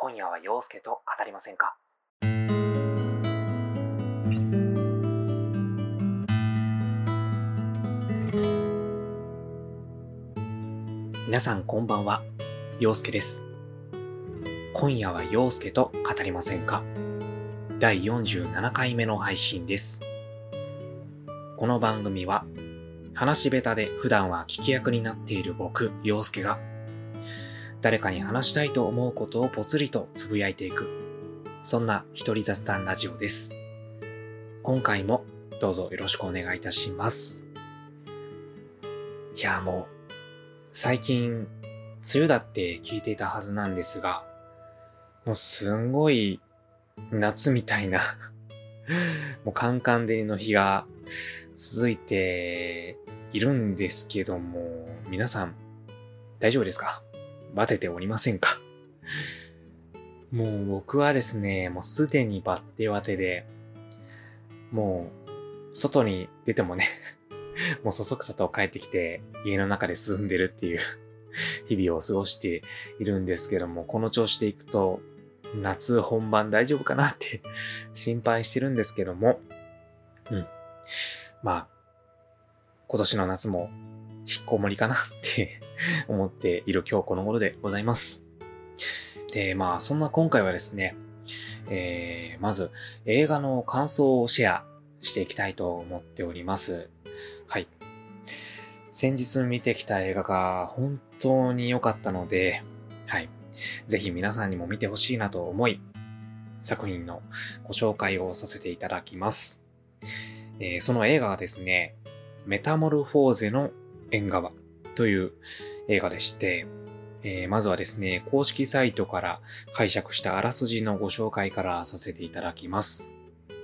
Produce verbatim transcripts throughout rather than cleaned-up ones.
今夜は陽介と語りませんか？皆さんこんばんは、陽介です。今夜は陽介と語りませんか？だいよんじゅうななかいめの配信です。この番組は話し下手で普段は聞き役になっている僕、陽介が誰かに話したいと思うことをぽつりとつぶやいていく、そんな一人雑談ラジオです。今回もどうぞよろしくお願いいたします。いやもう最近梅雨だって聞いていたはずなんですが、もうすんごい夏みたいなもうカンカン照りの日が続いているんですけども、皆さん大丈夫ですか？バテておりませんか？もう僕はですね、もうすでにバッテバテで、もう外に出てもねもうそそくさと帰ってきて家の中で涼んでるっていう日々を過ごしているんですけども、この調子でいくと夏本番大丈夫かなって心配してるんですけども、うんまあ今年の夏も引っこもりかなって思っている今日この頃でございます。で、まあそんな今回はですね、えー、まず映画の感想をシェアしていきたいと思っております。はい。先日見てきた映画が本当に良かったので、はい。ぜひ皆さんにも見てほしいなと思い、作品のご紹介をさせていただきます。えー、その映画がですね、メタモルフォーゼの縁側という映画でして、えー、まずはですね、公式サイトから解釈したあらすじのご紹介からさせていただきます。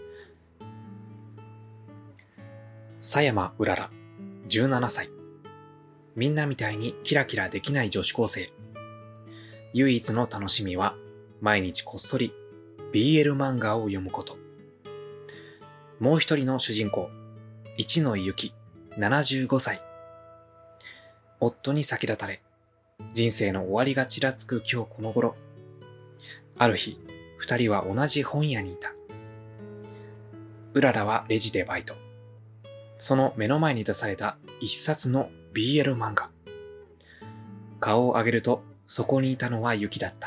佐山うらら、じゅうななさい。みんなみたいにキラキラできない女子高生。唯一の楽しみは毎日こっそり ビーエル 漫画を読むこと。もう一人の主人公、一ノ井由紀、ななじゅうごさい。夫に先立たれ、人生の終わりがちらつく今日この頃。ある日、二人は同じ本屋にいた。うららはレジでバイト。その目の前に出された一冊の ビーエル 漫画。顔を上げるとそこにいたのはユキだった。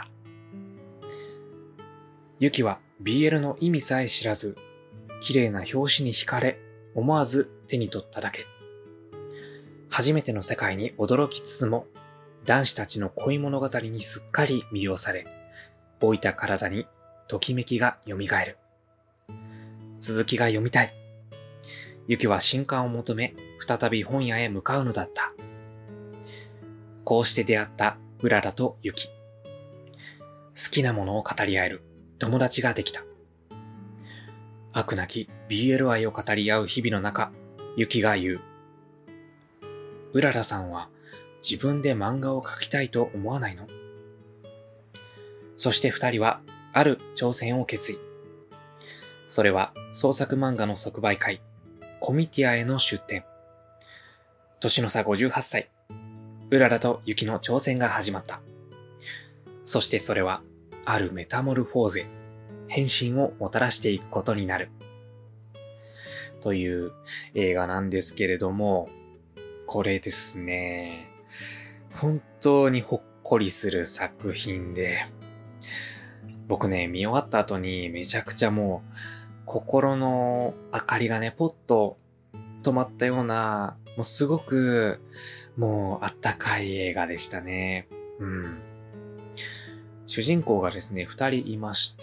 ユキは ビーエル の意味さえ知らず、綺麗な表紙に惹かれ、思わず手に取っただけ。初めての世界に驚きつつも、男子たちの恋物語にすっかり魅了され、老いた体にときめきが蘇る。続きが読みたい。ユキは新刊を求め、再び本屋へ向かうのだった。こうして出会ったうららとユキ。好きなものを語り合える友達ができた。飽くなき ビーエル 愛を語り合う日々の中、ユキが言う。うららさんは自分で漫画を描きたいと思わないの？そして二人はある挑戦を決意。それは創作漫画の即売会、コミティアへの出展。年の差ごじゅうはっさい。うららとユキの挑戦が始まった。そしてそれは、あるメタモルフォーゼ、変身をもたらしていくことになる。という映画なんですけれども、これですね、本当にほっこりする作品で、僕ね、見終わった後にめちゃくちゃもう、心の明かりがね、ポッと止まったような、もうすごく、もうあったかい映画でしたね。うん。主人公がですね、二人いまして、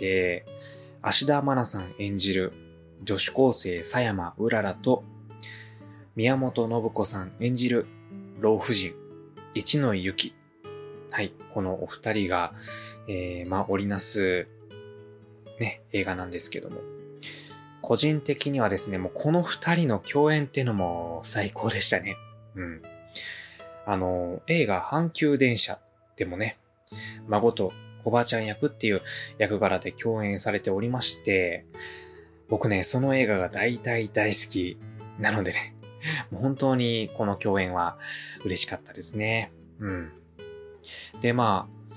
芦田愛菜さん演じる女子高生佐山うららと、宮本信子さん演じる老婦人、一ノ井由紀。はい、このお二人が、えー、まあ、織りなす、ね、映画なんですけども。個人的にはですね、もうこの二人の共演っていうのも最高でしたね。うん。あの、映画阪急電車でもね、孫とおばあちゃん役っていう役柄で共演されておりまして、僕ね、その映画が大大大好きなのでね、もう本当にこの共演は嬉しかったですね。うん。で、まあ、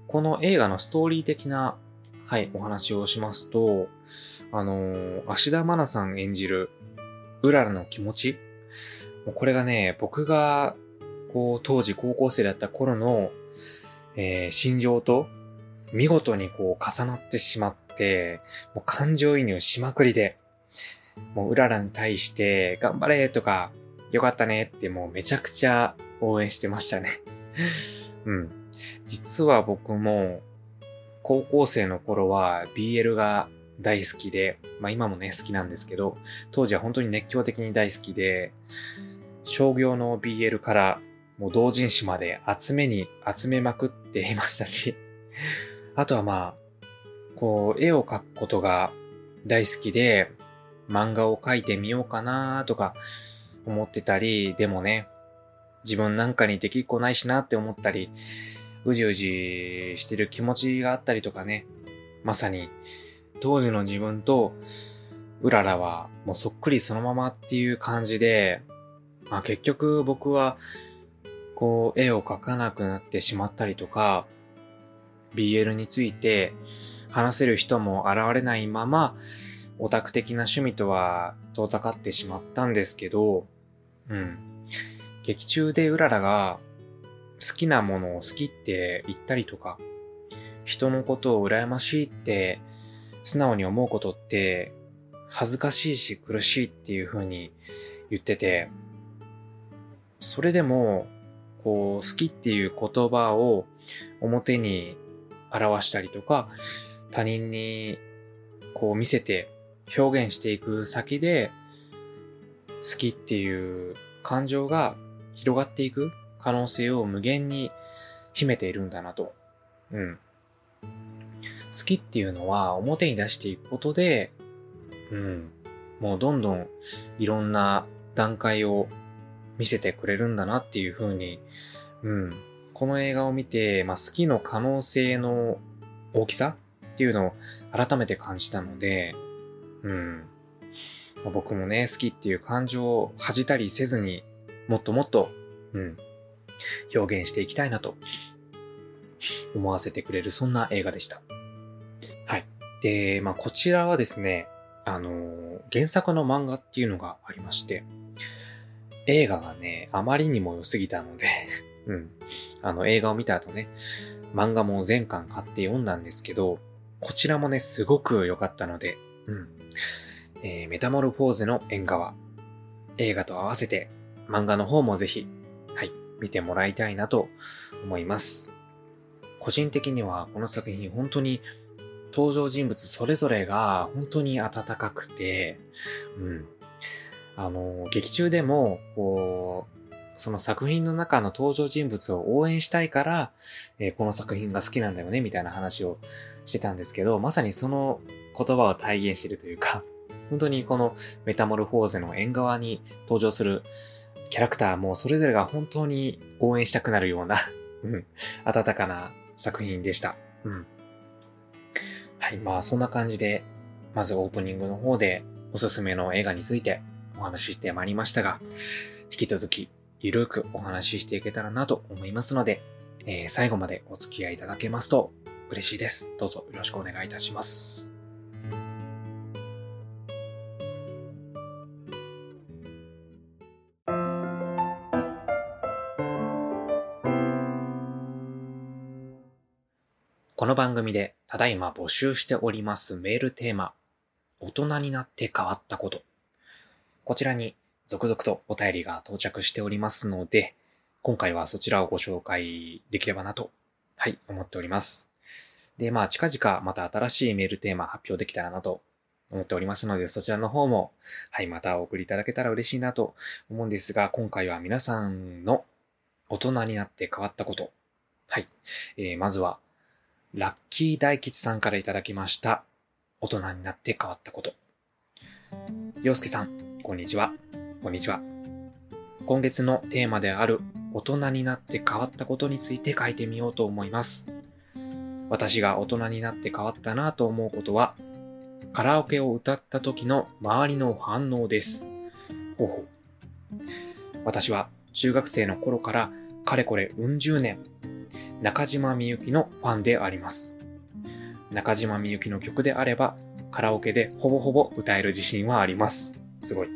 この映画のストーリー的な、はい、お話をしますと、あのー、芦田愛菜さん演じる、うららの気持ち。もうこれがね、僕が、こう、当時高校生だった頃の、えー、心情と、見事にこう、重なってしまって、もう感情移入しまくりで、もううららに対して、頑張れとか、よかったねってもうめちゃくちゃ応援してましたね。うん。実は僕も、高校生の頃は ビーエル が大好きで、まあ今もね好きなんですけど、当時は本当に熱狂的に大好きで、商業の ビーエル からもう同人誌まで集めに集めまくっていましたし、あとはまあ、こう絵を描くことが大好きで、漫画を描いてみようかなとか思ってたり、でもね、自分なんかにできっこないしなって思ったり、うじうじしてる気持ちがあったりとかね。まさに当時の自分とうららはもうそっくりそのままっていう感じで、まあ結局僕はこう絵を描かなくなってしまったりとか、ビーエル について話せる人も現れないまま、オタク的な趣味とは遠ざかってしまったんですけど、うん。劇中でうららが好きなものを好きって言ったりとか、人のことを羨ましいって素直に思うことって恥ずかしいし苦しいっていう風に言ってて、それでもこう好きっていう言葉を表に表したりとか、他人にこう見せて表現していく先で好きっていう感情が広がっていく可能性を無限に秘めているんだなと。うん。好きっていうのは表に出していくことで、うん。もうどんどんいろんな段階を見せてくれるんだなっていう風に、うん。この映画を見て、まあ、好きの可能性の大きさっていうのを改めて感じたので、うん。まあ、僕もね、好きっていう感情を恥じたりせずに、もっともっと、うん。表現していきたいなと思わせてくれるそんな映画でした。はい。で、まあこちらはですね、あのー、原作の漫画っていうのがありまして、映画がね、あまりにも良すぎたので、うん。あの映画を見た後ね、漫画も全巻買って読んだんですけど、こちらもね、すごく良かったので、うん。えー、メタモルフォーゼの縁側、映画と合わせて漫画の方もぜひ、はい、見てもらいたいなと思います。個人的にはこの作品本当に登場人物それぞれが本当に温かくて、うん。あの、劇中でも、こう、その作品の中の登場人物を応援したいから、えー、この作品が好きなんだよね、みたいな話をしてたんですけど、まさにその言葉を体現しているというか、本当にこのメタモルフォーゼの縁側に登場するキャラクターもそれぞれが本当に応援したくなるような、うん、温かな作品でした。うん。はい、まあそんな感じで、まずオープニングの方でおすすめの映画についてお話ししてまいりましたが、引き続きゆるくお話ししていけたらなと思いますので、えー、最後までお付き合いいただけますと嬉しいです。どうぞよろしくお願いいたします。この番組でただいま募集しておりますメールテーマ、大人になって変わったこと。こちらに続々とお便りが到着しておりますので、今回はそちらをご紹介できればなと、はい、思っております。で、まあ近々また新しいメールテーマ発表できたらなと思っておりますので、そちらの方も、はい、またお送りいただけたら嬉しいなと思うんですが、今回は皆さんの大人になって変わったこと。はい、えー、まずは、ラッキー大吉さんからいただきました。大人になって変わったこと。陽介さん、こんにちは。こんにちは。今月のテーマである大人になって変わったことについて書いてみようと思います。私が大人になって変わったなと思うことは、カラオケを歌った時の周りの反応です。ほうほう。私は中学生の頃からかれこれうん十年、 中島みゆきのファンであります。中島みゆきの曲であれば、カラオケでほぼほぼ歌える自信はあります。すごい。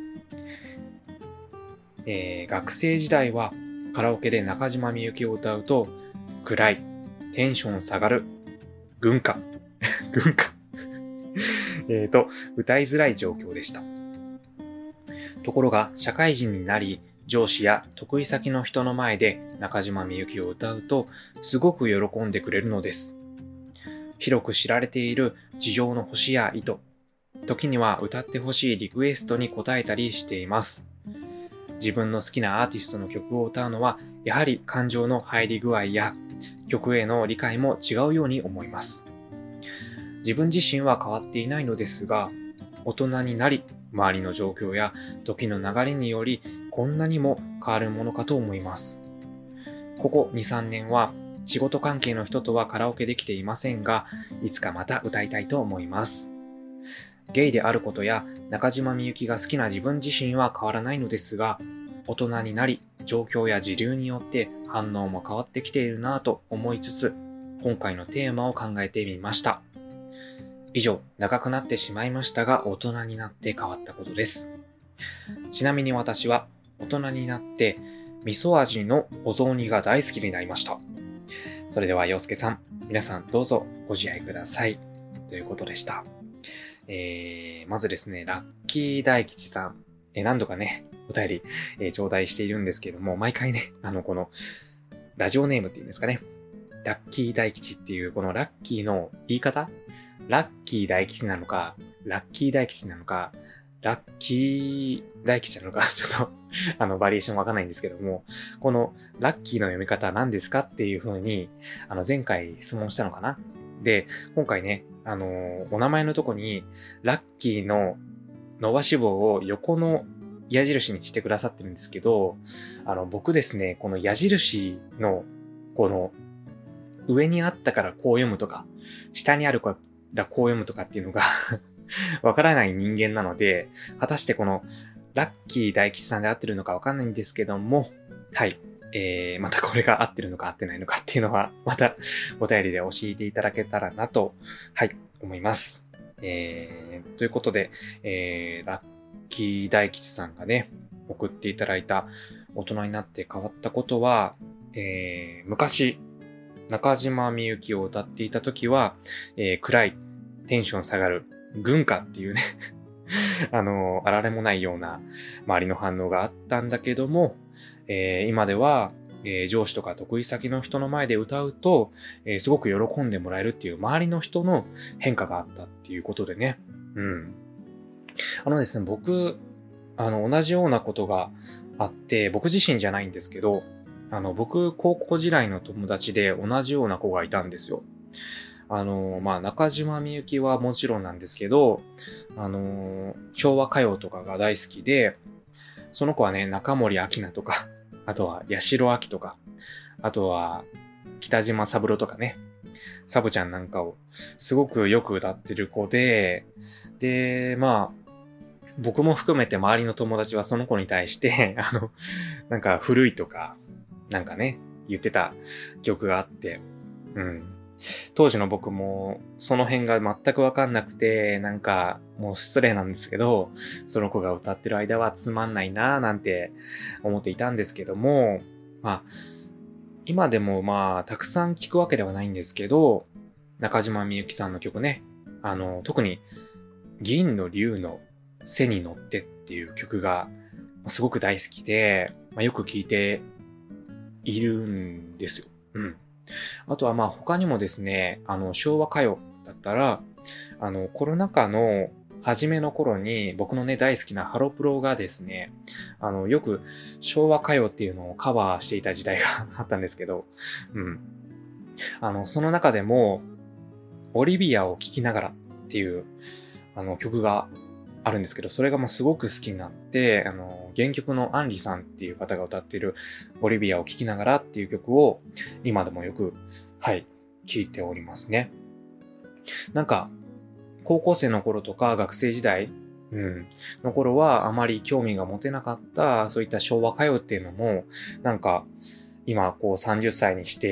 えー、学生時代はカラオケで中島みゆきを歌うと、暗い、テンション下がる、軍歌、軍歌えーと、歌いづらい状況でした。ところが、社会人になり、上司や得意先の人の前で中島みゆきを歌うと、すごく喜んでくれるのです。広く知られている地上の星や糸、時には歌ってほしいリクエストに応えたりしています。自分の好きなアーティストの曲を歌うのは、やはり感情の入り具合や曲への理解も違うように思います。自分自身は変わっていないのですが、大人になり、周りの状況や時の流れにより、こんなにも変わるものかと思います。ここに、さんねんは仕事関係の人とはカラオケできていませんが、いつかまた歌いたいと思います。ゲイであることや中島みゆきが好きな自分自身は変わらないのですが、大人になり、状況や時流によって反応も変わってきているなぁと思いつつ、今回のテーマを考えてみました。以上、長くなってしまいましたが、大人になって変わったことです。ちなみに私は、大人になって、味噌味のお雑煮が大好きになりました。それでは、洋介さん、皆さんどうぞご自愛ください。ということでした。えー、まずですね、ラッキー大吉さん、えー、何度かね、お便り、えー、頂戴しているんですけども、毎回ね、あの、この、ラジオネームっていうんですかね、ラッキー大吉っていう、このラッキーの言い方、ラッキー大吉なのか、ラッキー大吉なのか、ラッキー大吉なのか、ちょっと、あの、バリエーションわかんないんですけども、この、ラッキーの読み方は何ですかっていう風に、あの、前回質問したのかな。で、今回ね、あの、お名前のとこに、ラッキーの伸ばし棒を横の矢印にしてくださってるんですけど、あの、僕ですね、この矢印の、この、上にあったからこう読むとか、下にあるからこう読むとかっていうのがわからない人間なので、果たしてこの、ラッキー大吉さんで合ってるのかわかんないんですけども、はい。えー、またこれが合ってるのか合ってないのかっていうのは、またお便りで教えていただけたらなと、はい、思います。えー、ということで、えー、ラッキー大吉さんがね、送っていただいた大人になって変わったことは、えー、昔、中島みゆきを歌っていた時は、えー、暗い、テンション下がる、軍歌っていうね、あの、あられもないような周りの反応があったんだけども、えー、今では、えー、上司とか得意先の人の前で歌うと、えー、すごく喜んでもらえるっていう周りの人の変化があったっていうことでね。うん。あのですね、僕、あの、同じようなことがあって、僕自身じゃないんですけど、あの、僕、高校時代の友達で同じような子がいたんですよ。あの、まあ、中島みゆきはもちろんなんですけど、あの、昭和歌謡とかが大好きで、その子はね、中森明菜とか、あとは八代亜紀とか、あとは北島三郎とかね、サブちゃんなんかをすごくよく歌ってる子で、で、まあ、僕も含めて周りの友達はその子に対して、あの、なんか古いとか、なんかね、言ってた曲があって、うん。当時の僕もその辺が全くわかんなくて、なんかもう失礼なんですけど、その子が歌ってる間はつまんないなぁなんて思っていたんですけども、まあ、今でもまあ、たくさん聴くわけではないんですけど、中島みゆきさんの曲ね、あの、特に銀の竜の背に乗ってっていう曲がすごく大好きで、まあ、よく聴いているんですよ。うん。あとはまあ他にもですね、あの昭和歌謡だったら、あのコロナ禍の初めの頃に僕のね大好きなハロプロがですね、あのよく昭和歌謡っていうのをカバーしていた時代があったんですけど、うん。あのその中でもオリビアを聴きながらっていうあの曲があるんですけど、それがもうすごく好きになって、あの、原曲のアンリさんっていう方が歌っているオリビアを聴きながらっていう曲を今でもよく、はい、聴いておりますね。なんか、高校生の頃とか学生時代、うん、の頃はあまり興味が持てなかったそういった昭和歌謡っていうのも、なんか、今こうさんじゅっさいにして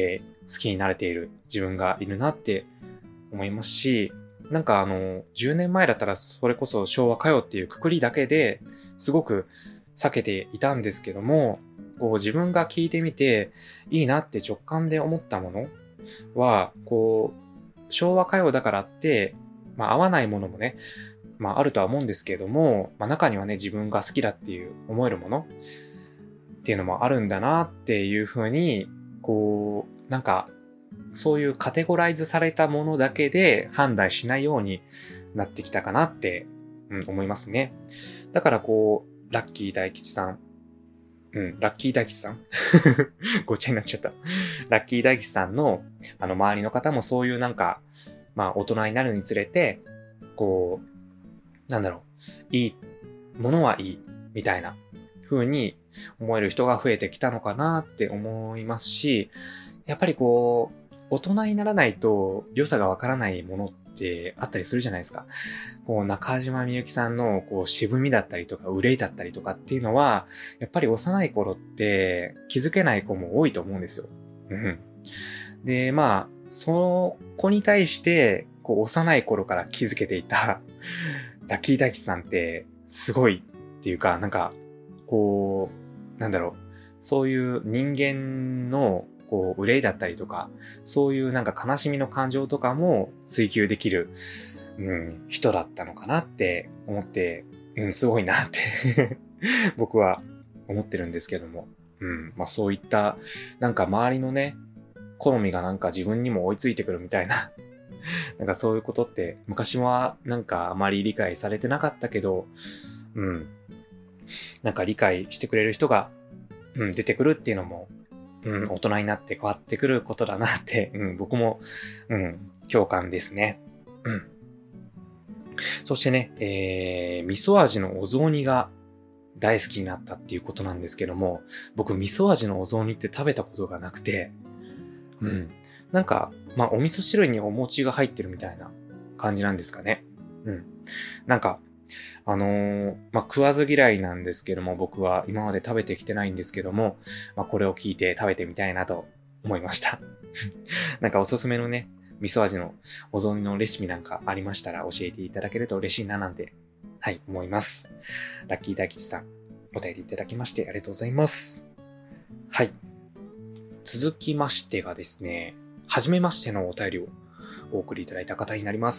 好きになれている自分がいるなって思いますし、なんかあの、じゅうねんまえだったらそれこそ昭和歌謡っていうくくりだけですごく避けていたんですけども、こう自分が聞いてみていいなって直感で思ったものは、こう、昭和歌謡だからって、まあ合わないものもね、まああるとは思うんですけれども、まあ中にはね、自分が好きだっていう思えるものっていうのもあるんだなっていうふうに、こう、なんか、そういうカテゴライズされたものだけで判断しないようになってきたかなって、うん、思いますね。だからこう、ラッキー大吉さん、うん、ラッキー大吉さんごっちゃになっちゃった。ラッキー大吉さんの、あの、周りの方もそういうなんか、まあ、大人になるにつれて、こう、なんだろう、いいものはいい、みたいな風に思える人が増えてきたのかなって思いますし、やっぱりこう、大人にならないと良さがわからないものってあったりするじゃないですか。こう、中島みゆきさんのこう渋みだったりとか憂いだったりとかっていうのは、やっぱり幼い頃って気づけない子も多いと思うんですよ。うん。で、まあ、その子に対して、こう、幼い頃から気づけていたラッキー大吉さんってすごいっていうか、なんか、こう、なんだろう、そういう人間のこう、憂いだったりとか、そういうなんか悲しみの感情とかも追求できる、うん、人だったのかなって思って、うん、すごいなって僕は思ってるんですけども。うん、まあそういった、なんか周りのね、好みがなんか自分にも追いついてくるみたいななんかそういうことって昔はなんかあまり理解されてなかったけど、うん、なんか理解してくれる人が、うん、出てくるっていうのも、うん、大人になって変わってくることだなって、うん、僕も、うん、共感ですね。うん。そしてね、えー、味噌味のお雑煮が大好きになったっていうことなんですけども、僕味噌味のお雑煮って食べたことがなくて、うん。なんか、まあ、お味噌汁にお餅が入ってるみたいな感じなんですかね。うん。なんか、あのー、まあ、食わず嫌いなんですけども、僕は今まで食べてきてないんですけども、まあ、これを聞いて食べてみたいなと思いました。なんかおすすめのね、味噌味のお雑煮のレシピなんかありましたら教えていただけると嬉しいななんて、はい、思います。ラッキー大吉さん、お便りいただきましてありがとうございます。はい。続きましてがですね、はじめましてのお便りをお送りいただいた方になります。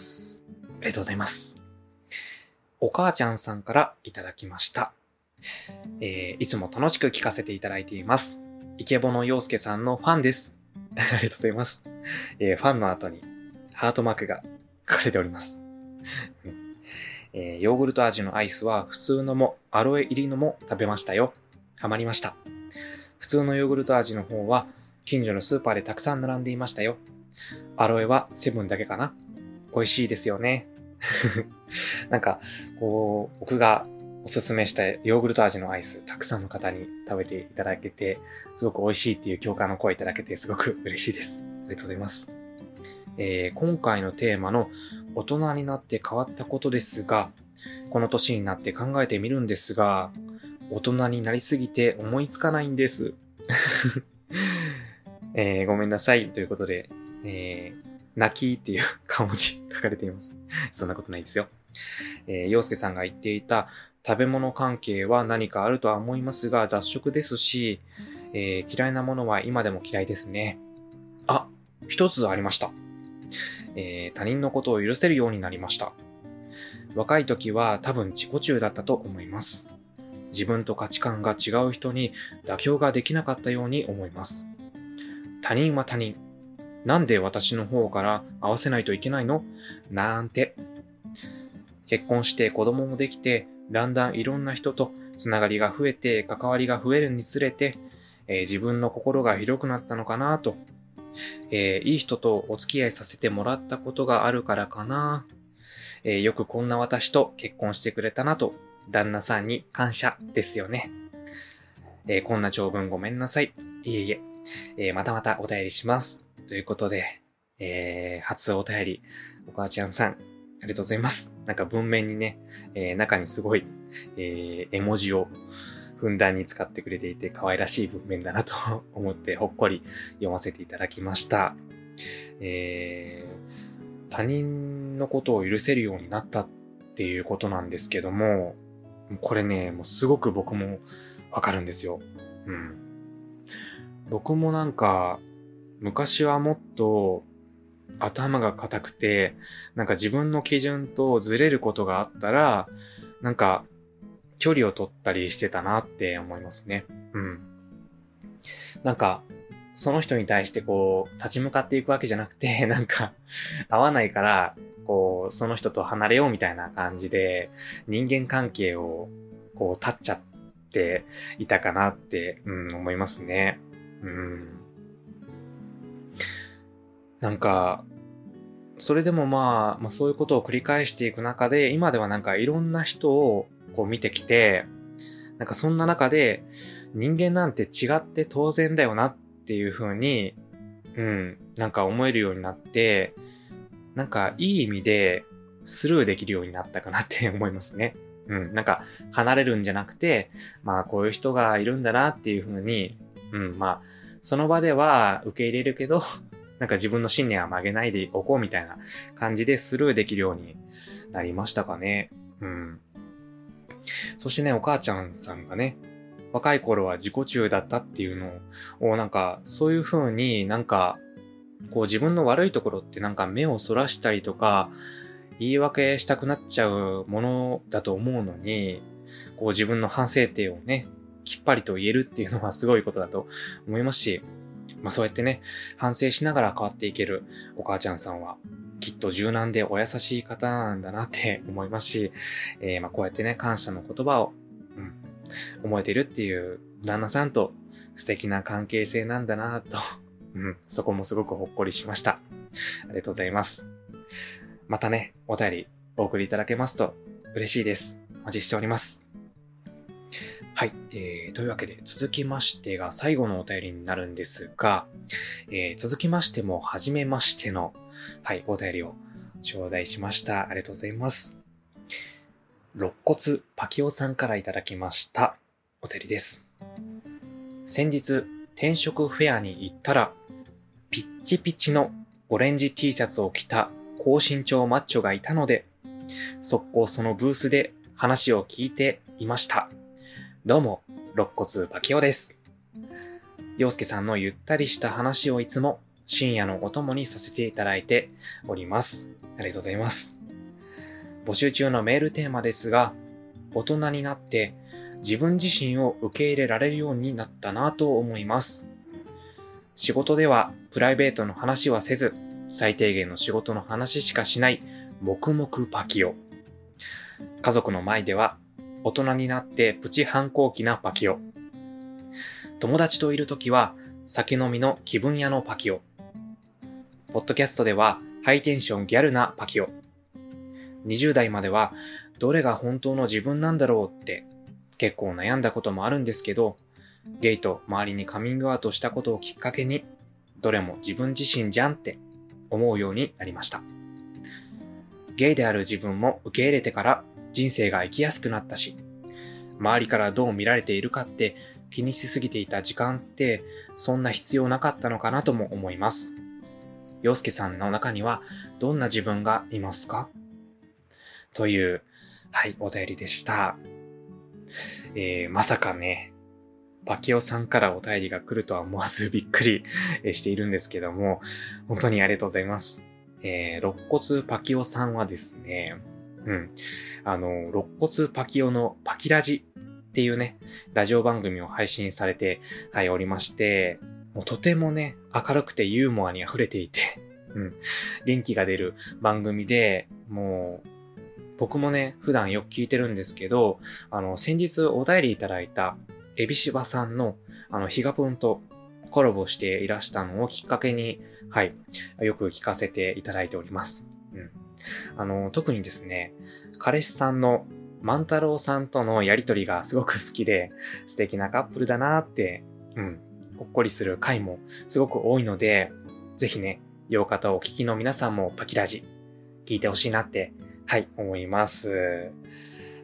ありがとうございます。お母ちゃんさんからいただきました。えー、いつも楽しく聞かせていただいています。イケボの陽介さんのファンです。ありがとうございます。えー、ファンの後にハートマークが書かれております。えー、ヨーグルト味のアイスは普通のもアロエ入りのも食べましたよ。ハマりました。普通のヨーグルト味の方は近所のスーパーでたくさん並んでいましたよ。アロエはセブンだけかな。美味しいですよね。なんか、こう、僕がおすすめしたヨーグルト味のアイス、たくさんの方に食べていただけて、すごく美味しいっていう共感の声いただけて、すごく嬉しいです。ありがとうございます。えー、今回のテーマの大人になって変わったことですが、この年になって考えてみるんですが、大人になりすぎて思いつかないんです。えー、ごめんなさい。ということで、えー、泣きっていう顔文字書かれています。そんなことないですよ。えー、陽介さんが言っていた食べ物関係は何かあるとは思いますが、雑食ですし、えー、嫌いなものは今でも嫌いですね。あ、一つありました。えー、他人のことを許せるようになりました。若い時は多分自己中だったと思います。自分と価値観が違う人に妥協ができなかったように思います。他人は他人。なんで私の方から合わせないといけないの？なんて。結婚して子供もできて、だんだんいろんな人とつながりが増えて、関わりが増えるにつれて、えー、自分の心が広くなったのかなと、えー、いい人とお付き合いさせてもらったことがあるからかな、えー、よくこんな私と結婚してくれたなと、旦那さんに感謝ですよね。えー、こんな長文ごめんなさい。いえいえ、えー、またまたお便りします。ということで、えー、初お便り、お母ちゃんさん、ありがとうございます。なんか文面にね、えー、中にすごい、えー、絵文字をふんだんに使ってくれていて可愛らしい文面だなと思ってほっこり読ませていただきました。えー、他人のことを許せるようになったっていうことなんですけども、これね、もうすごく僕もわかるんですよ。うん。僕もなんか、昔はもっと頭が固くて、なんか自分の基準とずれることがあったら、なんか距離を取ったりしてたなって思いますね。うん。なんか、その人に対してこう、立ち向かっていくわけじゃなくて、なんか、合わないから、こう、その人と離れようみたいな感じで、人間関係を、こう、立っちゃっていたかなって、うん、思いますね。うん。なんか、それでもまあ、まあそういうことを繰り返していく中で、今ではなんかいろんな人をこう見てきて、なんかそんな中で、人間なんて違って当然だよなっていう風に、うん、なんか思えるようになって、なんかいい意味でスルーできるようになったかなって思いますね。うん、なんか離れるんじゃなくて、まあこういう人がいるんだなっていう風に、うん、まあその場では受け入れるけど、なんか自分の信念は曲げないでおこうみたいな感じでスルーできるようになりましたかね。うん。そしてね、お母ちゃんさんがね、若い頃は自己中だったっていうのを、なんかそういう風になんか、こう自分の悪いところってなんか目をそらしたりとか、言い訳したくなっちゃうものだと思うのに、こう自分の反省点をね、きっぱりと言えるっていうのはすごいことだと思いますし、まあそうやってね、反省しながら変わっていけるお母ちゃんさんは、きっと柔軟でお優しい方なんだなって思いますし、えー、まあこうやってね、感謝の言葉を、うん、思えてるっていう旦那さんと素敵な関係性なんだなと、うん、そこもすごくほっこりしました。ありがとうございます。またね、お便りお送りいただけますと嬉しいです。お待ちしております。はい、えー。というわけで続きましてが最後のお便りになるんですが、えー、続きましても初めましての、はい、お便りを頂戴しました。ありがとうございます。肋骨パキオさんからいただきましたお便りです。先日転職フェアに行ったらピッチピチのオレンジ T シャツを着た高身長マッチョがいたので、速攻そのブースで話を聞いていました。どうも、肋骨パキオです。陽介さんのゆったりした話をいつも深夜のお供にさせていただいております。ありがとうございます。募集中のメールテーマですが、大人になって自分自身を受け入れられるようになったなと思います。仕事ではプライベートの話はせず、最低限の仕事の話しかしない黙々パキオ。家族の前では大人になってプチ反抗期なパキオ。友達といるときは酒飲みの気分屋のパキオ。ポッドキャストではハイテンションギャルなパキオ。にじゅう代まではどれが本当の自分なんだろうって結構悩んだこともあるんですけど、ゲイと周りにカミングアウトしたことをきっかけに、どれも自分自身じゃんって思うようになりました。ゲイである自分も受け入れてから人生が生きやすくなったし、周りからどう見られているかって気にしすぎていた時間ってそんな必要なかったのかなとも思います。陽介さんの中にはどんな自分がいますか？という、はい、お便りでした。えー、まさかね、パキオさんからお便りが来るとは思わずびっくりしているんですけども、本当にありがとうございます。えー、肋骨パキオさんはですね、うん、あの、肋骨パキオのパキラジっていうね、ラジオ番組を配信されて、はい、おりまして、もうとてもね、明るくてユーモアに溢れていて、うん、元気が出る番組で、もう、僕もね、普段よく聞いてるんですけど、あの、先日お便りいただいた、エビシバさんの、あの、ヒガプンとコラボしていらしたのをきっかけに、はい、よく聞かせていただいております。うん。あの、特にですね、彼氏さんの万太郎さんとのやりとりがすごく好きで、素敵なカップルだなーって、うん、ほっこりする回もすごく多いので、ぜひね、洋方をお聞きの皆さんもパキラジ、聞いてほしいなって、はい、思います。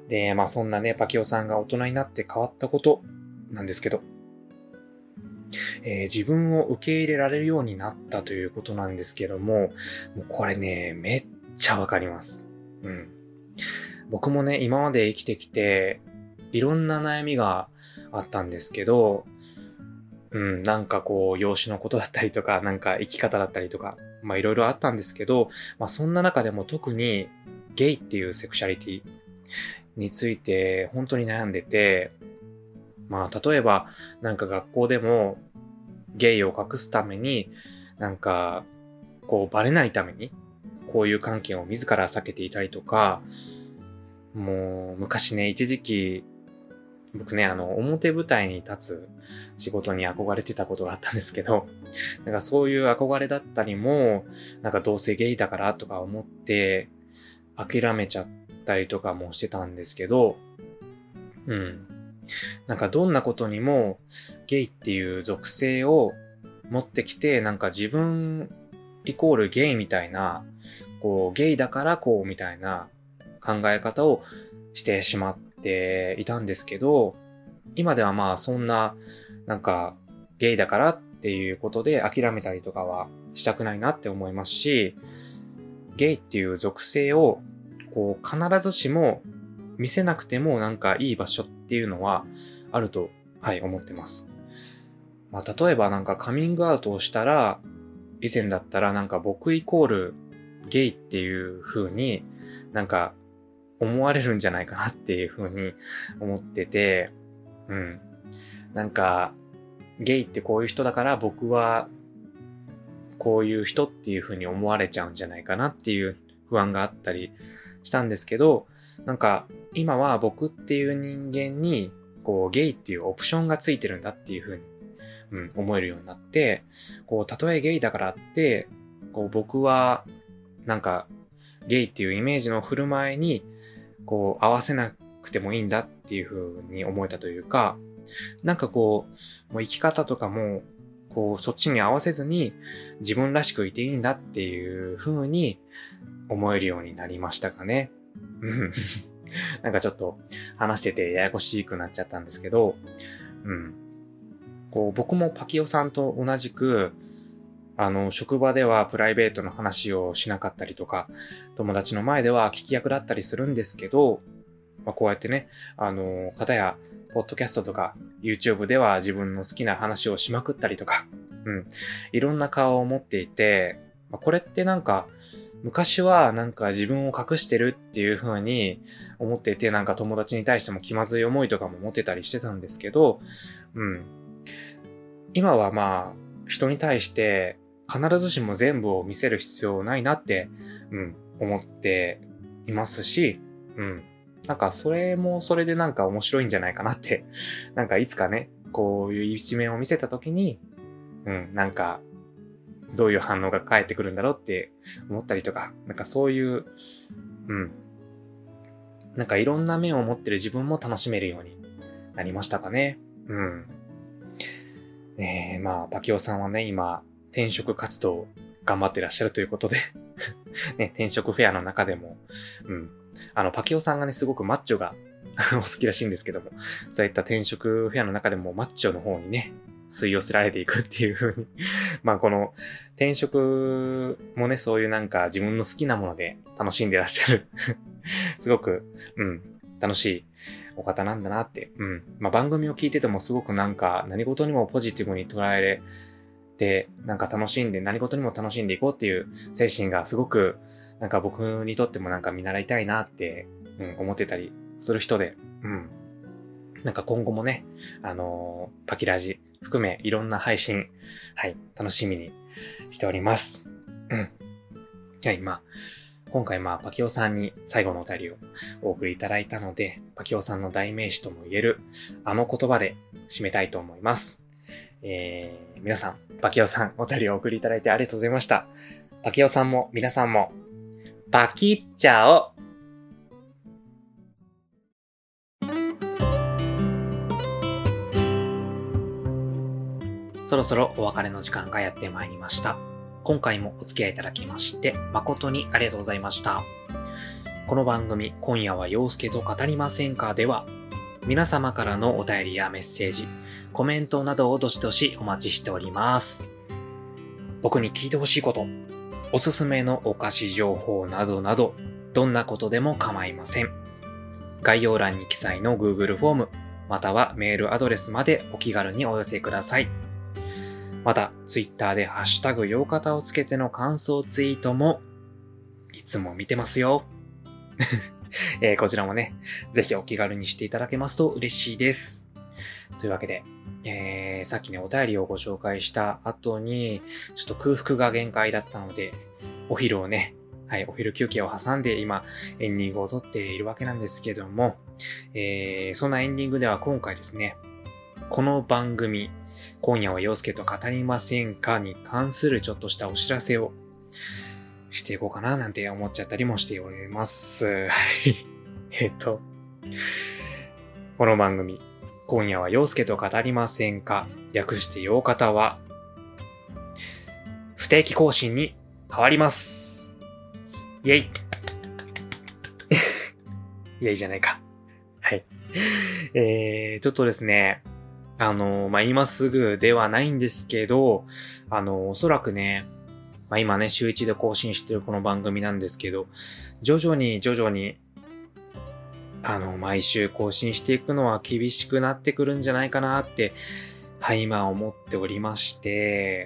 で、まあそんなね、パキオさんが大人になって変わったことなんですけど、えー自分を受け入れられるようになったということなんですけども、もうこれね、めっちゃわかります。うん。僕もね、今まで生きてきて、いろんな悩みがあったんですけど、うん、なんかこう、養子のことだったりとか、なんか生き方だったりとか、まあいろいろあったんですけど、まあそんな中でも特にゲイっていうセクシャリティについて本当に悩んでて、まあ例えばなんか学校でもゲイを隠すために、なんかこうバレないために、こういう関係を自ら避けていたりとか、もう昔ね、一時期僕ね、あの、表舞台に立つ仕事に憧れてたことがあったんですけど、なんかそういう憧れだったりも、なんかどうせゲイだからとか思って、諦めちゃったりとかもしてたんですけど、うん。なんかどんなことにも、ゲイっていう属性を持ってきて、なんか自分イコールゲイみたいな、こう、ゲイだからこうみたいな考え方をしてしまっていたんですけど、今ではまあそんな、なんかゲイだからっていうことで諦めたりとかはしたくないなって思いますし、ゲイっていう属性をこう必ずしも見せなくてもなんかいい場所っていうのはあると、はい、思ってます。まあ例えばなんかカミングアウトをしたら、以前だったらなんか僕イコールゲイっていう風になんか思われるんじゃないかなっていう風に思ってて、うん。なんか、ゲイってこういう人だから僕はこういう人っていう風に思われちゃうんじゃないかなっていう不安があったりしたんですけど、なんか今は僕っていう人間にこうゲイっていうオプションがついてるんだっていう風に、うん、思えるようになって、こうたとえゲイだからって、こう僕はなんかゲイっていうイメージの振る舞いにこう合わせなくてもいいんだっていう風に思えたというか、なんかこう、もう生き方とかも、こうそっちに合わせずに自分らしくいていいんだっていう風に思えるようになりましたかね。うんなんかちょっと話しててややこしくなっちゃったんですけど、うん。こう僕もパキオさんと同じく、あの、職場ではプライベートの話をしなかったりとか、友達の前では聞き役だったりするんですけど、まあ、こうやってね、あの、方や、ポッドキャストとか、YouTube では自分の好きな話をしまくったりとか、うん。いろんな顔を持っていて、まあ、これってなんか、昔はなんか自分を隠してるっていう風に思っていて、なんか友達に対しても気まずい思いとかも持ってたりしてたんですけど、うん。今はまあ、人に対して必ずしも全部を見せる必要ないなって、うん、思っていますし、うん。なんかそれもそれでなんか面白いんじゃないかなって、なんかいつかね、こういう一面を見せたときに、うん、なんか、どういう反応が返ってくるんだろうって思ったりとか、なんかそういう、うん、なんかいろんな面を持ってる自分も楽しめるようになりましたかね。うん。ねえ、まあ、パキオさんはね、今、転職活動頑張ってらっしゃるということでね、転職フェアの中でも、うん。あの、パキオさんがね、すごくマッチョがお好きらしいんですけども、そういった転職フェアの中でもマッチョの方にね、吸い寄せられていくっていう風にまあこの転職もね、そういうなんか自分の好きなもので楽しんでらっしゃるすごく、うん、楽しいお方なんだなって、うん。まあ番組を聞いててもすごくなんか何事にもポジティブに捉えれて、なんか楽しんで、何事にも楽しんでいこうっていう精神がすごく、なんか僕にとってもなんか見習いたいなって、うん、思ってたりする人で、うん。なんか今後もね、あのー、パキラジ含めいろんな配信、はい、楽しみにしております。うん。はい、まあ、今回まあ、パキオさんに最後のお便りをお送りいただいたので、パキオさんの代名詞とも言える、あの言葉で締めたいと思います。えー、皆さん、パキオさん、お便りをお送りいただいてありがとうございました。パキオさんも皆さんも、パキッチャオ。そろそろお別れの時間がやってまいりました。今回もお付き合いいただきまして、誠にありがとうございました。 この番組、今夜は陽介と語りませんかでは、皆様からのお便りやメッセージ、コメントなどをどしどしお待ちしております。僕に聞いてほしいこと、おすすめのお菓子情報などなど、どんなことでも構いません。概要欄に記載の Google フォーム、またはメールアドレスまでお気軽にお寄せください。また、Twitter でハッシュタグようかたをつけての感想ツイートも、いつも見てますよ。えー、こちらもね、ぜひお気軽にしていただけますと嬉しいです。というわけで、えー、さっきね、お便りをご紹介した後に、ちょっと空腹が限界だったので、お昼をね、はい、お昼休憩を挟んで今、エンディングを撮っているわけなんですけども、えー、そんなエンディングでは今回ですね、この番組、今夜は陽介と語りませんかに関するちょっとしたお知らせをしていこうかななんて思っちゃったりもしております。はい。えっと、この番組、今夜は陽介と語りませんか、略して陽方は、不定期更新に変わります。イェイイェイじゃないか。はい。えー、ちょっとですね、あの、まあ、今すぐではないんですけど、あの、おそらくね、まあ、今ね、週一で更新してるこの番組なんですけど、徐々に徐々に、あの、毎週更新していくのは厳しくなってくるんじゃないかなって、はい、今思っておりまして、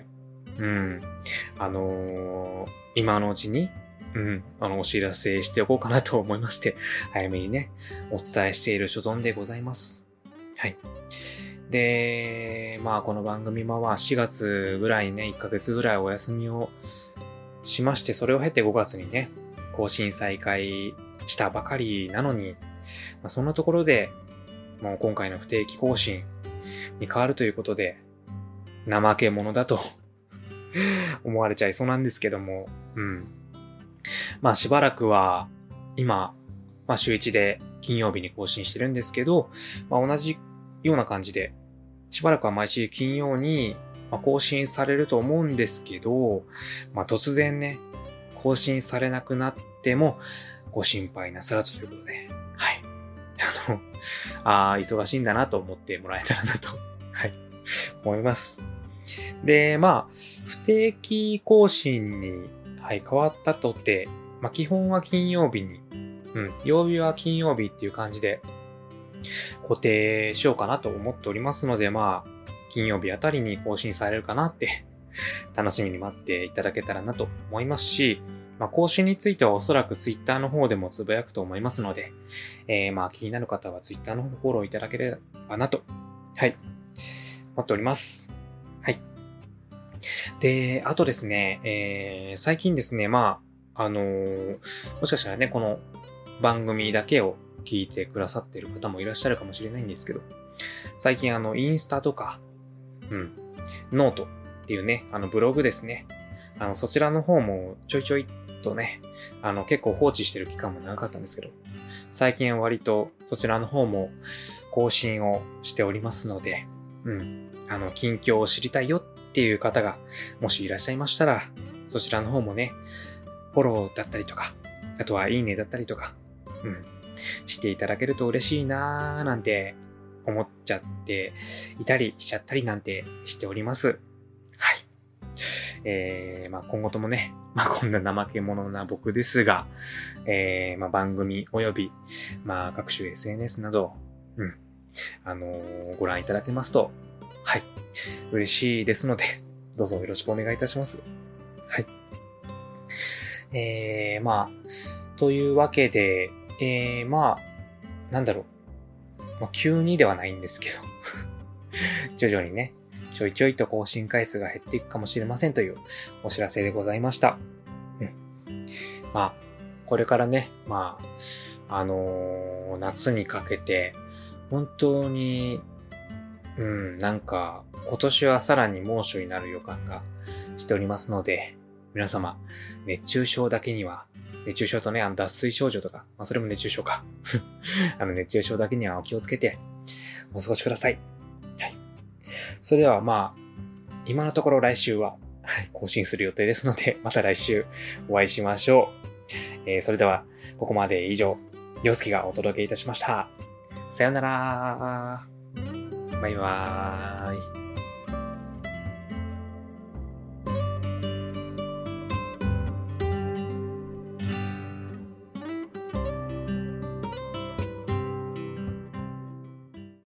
うん。あのー、今のうちに、うん、あの、お知らせしておこうかなと思いまして、早めにね、お伝えしている所存でございます。はい。で、まあ、この番組もまあ、しがつぐらいにね、いっかげつぐらいお休みをしまして、それを経てごがつにね、更新再開したばかりなのに、まあ、そんなところで、もう今回の不定期更新に変わるということで、怠け者だと思われちゃいそうなんですけども、うん。まあしばらくは、今、まあ週一で金曜日に更新してるんですけど、まあ同じような感じで、しばらくは毎週金曜に更新されると思うんですけど、まあ突然ね、更新されなくなっても、ご心配なさらずということで、はい。あの、ああ、忙しいんだなと思ってもらえたらなと、はい、思います。で、まあ、不定期更新に、はい、変わったとて、まあ基本は金曜日に、うん、曜日は金曜日っていう感じで固定しようかなと思っておりますので、まあ、金曜日あたりに更新されるかなって楽しみに待っていただけたらなと思いますし、まあ、更新についてはおそらくツイッターの方でもつぶやくと思いますので、えー、まあ気になる方はツイッターの方フォローいただければなと、はい、待っております。はい。で、あとですね、えー、最近ですね、まあ、あのー、もしかしたらね、この番組だけを聞いてくださっている方もいらっしゃるかもしれないんですけど、最近あの、インスタとか、うん、ノートっていうね、あの、ブログですね。あの、そちらの方もちょいちょいとね、あの、結構放置してる期間も長かったんですけど、最近は割とそちらの方も更新をしておりますので、うん、あの、近況を知りたいよっていう方が、もしいらっしゃいましたら、そちらの方もね、フォローだったりとか、あとはいいねだったりとか、うん、していただけると嬉しいなーなんて思っちゃっていたりしちゃったりなんてしております。はい。えー、まあ今後ともね、まあこんな怠け者な僕ですが、えー、まあ番組および、まあ各種 エスエヌエス など、うん、あのー、ご覧いただけますと、はい、嬉しいですので、どうぞよろしくお願いいたします。はい。えー、まあ、というわけで、えー、まあ、なんだろう。まあ、急にではないんですけど、徐々にね、ちょいちょいと更新回数が減っていくかもしれませんというお知らせでございました。うん。まあ、これからね、まあ、あのー、夏にかけて、本当に、うん、なんか、今年はさらに猛暑になる予感がしておりますので、皆様、熱中症だけには、熱中症とね、あの脱水症状とか、まあそれも熱中症か。あの熱中症だけにはお気をつけて、お過ごしください。はい。それではまあ、今のところ来週は更新する予定ですので、また来週お会いしましょう。 えー、それでは、ここまで以上、陽介がお届けいたしました。さよなら。バイバーイ。